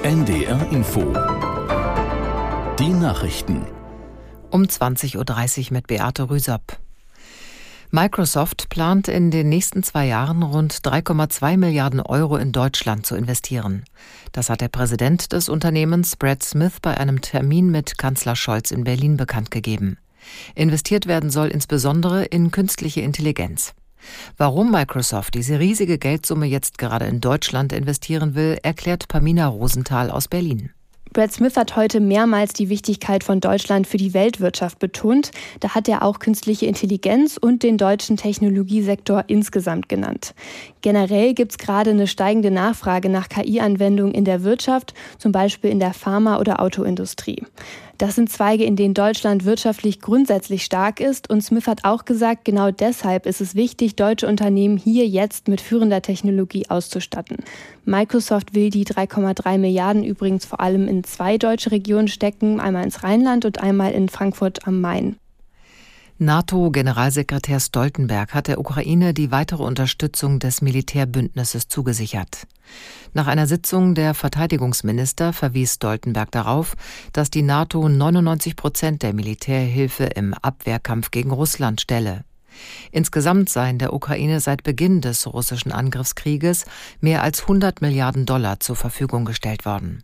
NDR Info. Die Nachrichten. Um 20.30 Uhr mit Beate Rüsop. Microsoft plant in den nächsten 2 Jahren rund 3,2 Milliarden Euro in Deutschland zu investieren. Das hat der Präsident des Unternehmens, Brad Smith, bei einem Termin mit Kanzler Scholz in Berlin bekannt gegeben. Investiert werden soll insbesondere in künstliche Intelligenz. Warum Microsoft diese riesige Geldsumme jetzt gerade in Deutschland investieren will, erklärt Pamina Rosenthal aus Berlin. Brad Smith hat heute mehrmals die Wichtigkeit von Deutschland für die Weltwirtschaft betont. Da hat er auch künstliche Intelligenz und den deutschen Technologiesektor insgesamt genannt. Generell gibt es gerade eine steigende Nachfrage nach KI-Anwendungen in der Wirtschaft, zum Beispiel in der Pharma- oder Autoindustrie. Das sind Zweige, in denen Deutschland wirtschaftlich grundsätzlich stark ist. Und Smith hat auch gesagt, genau deshalb ist es wichtig, deutsche Unternehmen hier jetzt mit führender Technologie auszustatten. Microsoft will die 3,3 Milliarden übrigens vor allem in 2 deutsche Regionen stecken, einmal ins Rheinland und einmal in Frankfurt am Main. NATO-Generalsekretär Stoltenberg hat der Ukraine die weitere Unterstützung des Militärbündnisses zugesichert. Nach einer Sitzung der Verteidigungsminister verwies Stoltenberg darauf, dass die NATO 99% der Militärhilfe im Abwehrkampf gegen Russland stelle. Insgesamt seien der Ukraine seit Beginn des russischen Angriffskrieges mehr als 100 Milliarden Dollar zur Verfügung gestellt worden.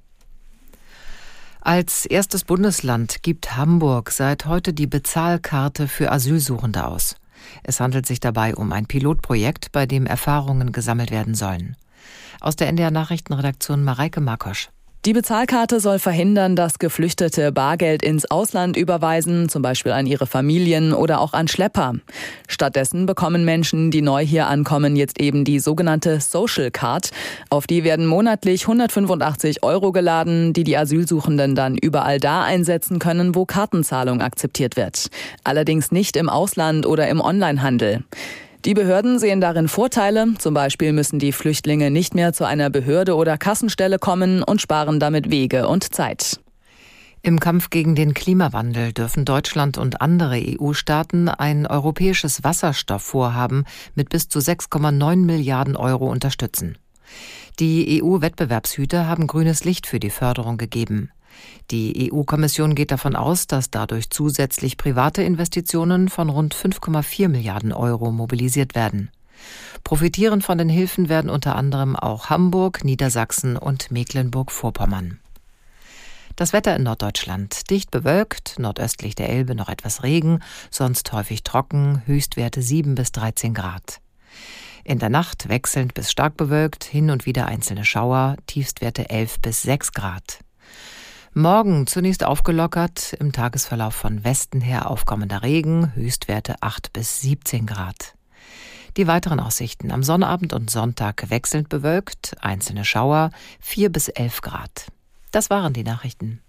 Als erstes Bundesland gibt Hamburg seit heute die Bezahlkarte für Asylsuchende aus. Es handelt sich dabei um ein Pilotprojekt, bei dem Erfahrungen gesammelt werden sollen. Aus der NDR Nachrichtenredaktion Mareike Markosch. Die Bezahlkarte soll verhindern, dass Geflüchtete Bargeld ins Ausland überweisen, zum Beispiel an ihre Familien oder auch an Schlepper. Stattdessen bekommen Menschen, die neu hier ankommen, jetzt eben die sogenannte Social Card. Auf die werden monatlich 185 € geladen, die Asylsuchenden dann überall da einsetzen können, wo Kartenzahlung akzeptiert wird. Allerdings nicht im Ausland oder im Onlinehandel. Die Behörden sehen darin Vorteile. Zum Beispiel müssen die Flüchtlinge nicht mehr zu einer Behörde oder Kassenstelle kommen und sparen damit Wege und Zeit. Im Kampf gegen den Klimawandel dürfen Deutschland und andere EU-Staaten ein europäisches Wasserstoffvorhaben mit bis zu 6,9 Milliarden Euro unterstützen. Die EU-Wettbewerbshüter haben grünes Licht für die Förderung gegeben. Die EU-Kommission geht davon aus, dass dadurch zusätzlich private Investitionen von rund 5,4 Milliarden Euro mobilisiert werden. Profitieren von den Hilfen werden unter anderem auch Hamburg, Niedersachsen und Mecklenburg-Vorpommern. Das Wetter in Norddeutschland: dicht bewölkt, nordöstlich der Elbe noch etwas Regen, sonst häufig trocken, Höchstwerte 7 bis 13 Grad. In der Nacht wechselnd bis stark bewölkt, hin und wieder einzelne Schauer, Tiefstwerte 11 bis 6 Grad. Morgen zunächst aufgelockert, im Tagesverlauf von Westen her aufkommender Regen, Höchstwerte 8 bis 17 Grad. Die weiteren Aussichten: am Sonnabend und Sonntag wechselnd bewölkt, einzelne Schauer, 4 bis 11 Grad. Das waren die Nachrichten.